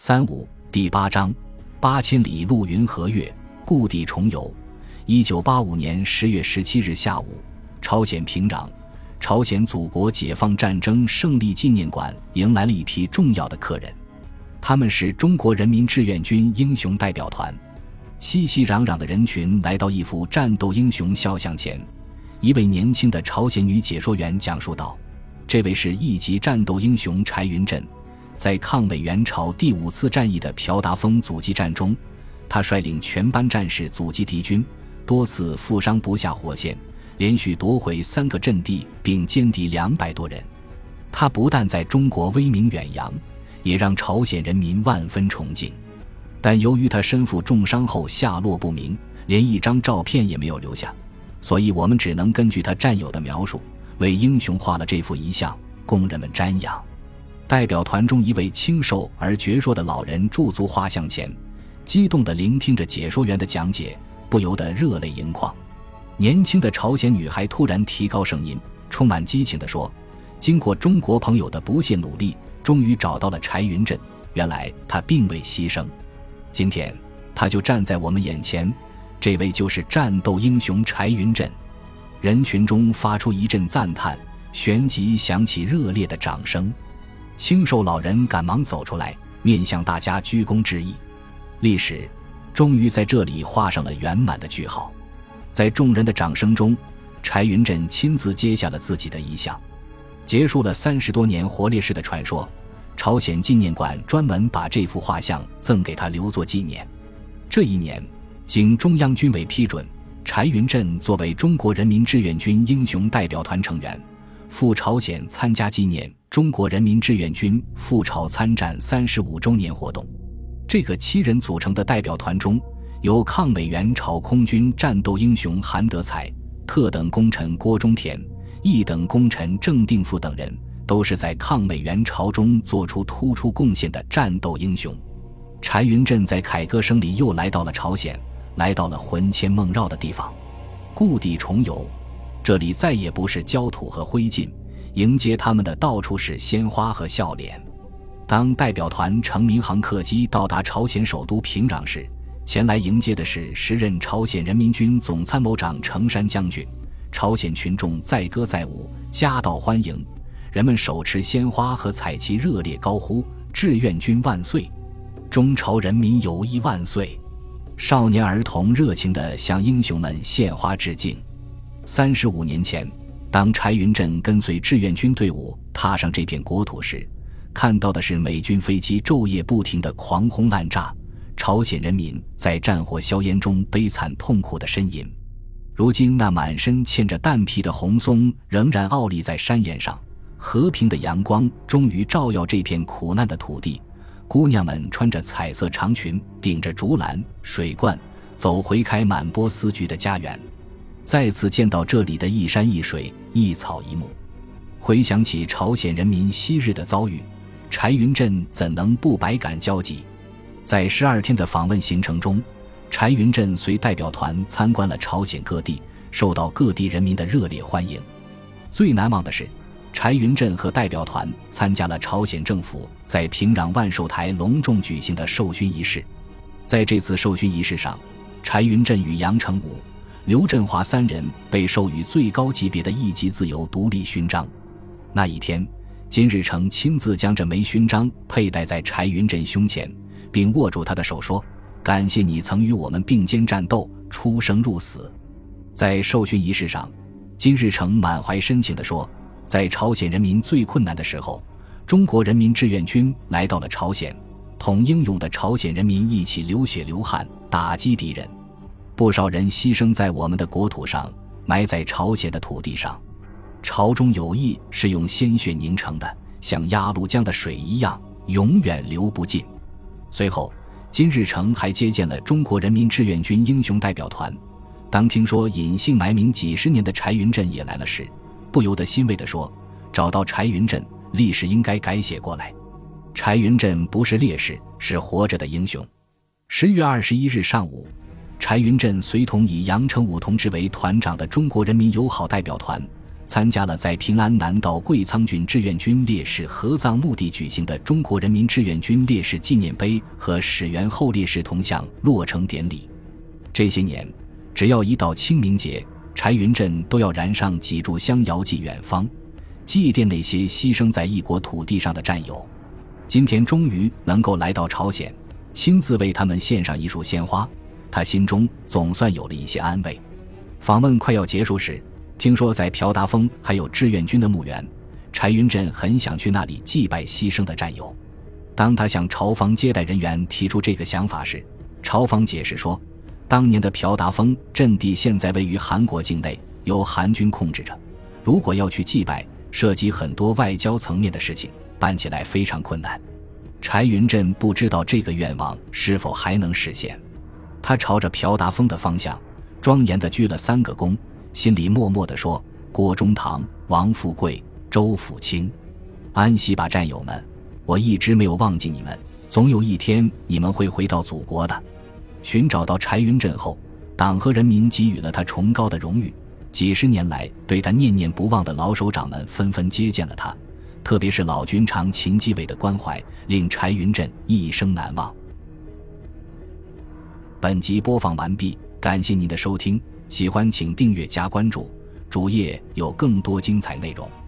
35第8章8000里路云和月，故地重游。1985年10月17日下午，朝鲜平壤，朝鲜祖国解放战争胜利纪念馆迎来了一批重要的客人，他们是中国人民志愿军英雄代表团。熙熙攘攘的人群来到一幅战斗英雄肖像前，一位年轻的朝鲜女解说员讲述道：这位是一级战斗英雄柴云振，在抗美援朝第5次战役的朴达峰阻击战中，他率领全班战士阻击敌军，多次负伤不下火线，连续夺回3个阵地并歼敌200多人。他不但在中国威名远扬，也让朝鲜人民万分崇敬。但由于他身负重伤后下落不明，连一张照片也没有留下，所以我们只能根据他战友的描述，为英雄画了这幅遗像，供人们瞻仰。代表团中一位清瘦而矍铄的老人驻足画像前，激动地聆听着解说员的讲解，不由得热泪盈眶。年轻的朝鲜女孩突然提高声音，充满激情地说：经过中国朋友的不懈努力，终于找到了柴云振，原来他并未牺牲，今天他就站在我们眼前，这位就是战斗英雄柴云振。人群中发出一阵赞叹，旋即响起热烈的掌声。清瘦老人赶忙走出来，面向大家鞠躬致意。历史终于在这里画上了圆满的句号。在众人的掌声中，柴云振亲自接下了自己的遗像，结束了30多年活烈士的传说。朝鲜纪念馆专门把这幅画像赠给他留作纪念。这一年，经中央军委批准，柴云振作为中国人民志愿军英雄代表团成员，赴朝鲜参加纪念中国人民志愿军赴朝参战35周年活动。这个7人组成的代表团中，有抗美援朝空军战斗英雄韩德才、特等功臣郭忠田、一等功臣郑定富等人，都是在抗美援朝中做出突出贡献的战斗英雄。柴云振在凯歌声里又来到了朝鲜，来到了魂牵梦绕的地方，故地重游。这里再也不是焦土和灰烬，迎接他们的到处是鲜花和笑脸。当代表团乘民航客机到达朝鲜首都平壤时，前来迎接的是时任朝鲜人民军总参谋长程山将军。朝鲜群众载歌载舞，夹道欢迎，人们手持鲜花和彩旗，热烈高呼志愿军万岁，中朝人民友谊万岁。少年儿童热情地向英雄们献花致敬。35年前，当柴云振跟随志愿军队伍踏上这片国土时，看到的是美军飞机昼夜不停地狂轰滥炸，朝鲜人民在战火硝烟中悲惨痛苦的呻吟。如今那满身嵌着弹皮的红松仍然傲立在山岩上，和平的阳光终于照耀这片苦难的土地。姑娘们穿着彩色长裙，顶着竹篮水罐，走回开满波丝菊的家园。再次见到这里的一山一水，一草一木，回想起朝鲜人民昔日的遭遇，柴云振怎能不百感交集？在12天的访问行程中，柴云振随代表团参观了朝鲜各地，受到各地人民的热烈欢迎。最难忘的是，柴云振和代表团参加了朝鲜政府在平壤万寿台隆重举行的授勋仪式。在这次授勋仪式上，柴云振与杨成武、刘振华3人被授予最高级别的1级自由独立勋章。那一天，金日成亲自将这枚勋章佩戴在柴云振胸前，并握住他的手说：感谢你曾与我们并肩战斗，出生入死。在授勋仪式上，金日成满怀深情地说，在朝鲜人民最困难的时候，中国人民志愿军来到了朝鲜，同英勇的朝鲜人民一起流血流汗，打击敌人。不少人牺牲在我们的国土上，埋在朝鲜的土地上。朝中友谊是用鲜血凝成的，像鸭绿江的水一样，永远流不尽。随后，金日成还接见了中国人民志愿军英雄代表团。当听说隐姓埋名几10年的柴云振也来了时，不由得欣慰地说：找到柴云振，历史应该改写过来。柴云振不是烈士，是活着的英雄。10月21日上午，柴云振随同以杨成武同志为团长的中国人民友好代表团参加了在平安南道贵仓郡志愿军烈士合葬墓地举行的中国人民志愿军烈士纪念碑和始元后烈士铜像落成典礼。这些年，只要一到清明节，柴云镇都要燃上几炷香遥祭远方，祭奠那些牺牲在异国土地上的战友。今天终于能够来到朝鲜，亲自为他们献上一束鲜花，他心中总算有了一些安慰。访问快要结束时，听说在朴达峰还有志愿军的墓园，柴云振很想去那里祭拜牺牲的战友。当他向朝方接待人员提出这个想法时，朝方解释说，当年的朴达峰阵地现在位于韩国境内，由韩军控制着，如果要去祭拜，涉及很多外交层面的事情，办起来非常困难。柴云振不知道这个愿望是否还能实现，他朝着朴达峰的方向庄严地鞠了3个躬，心里默默地说：郭中堂、王富贵、周辅清，安息吧战友们，我一直没有忘记你们，总有一天你们会回到祖国的。寻找到柴云振后，党和人民给予了他崇高的荣誉，几十年来对他念念不忘的老首长们纷纷接见了他，特别是老军长秦基伟的关怀令柴云振一生难忘。本集播放完毕，感谢您的收听，喜欢请订阅加关注，主页有更多精彩内容。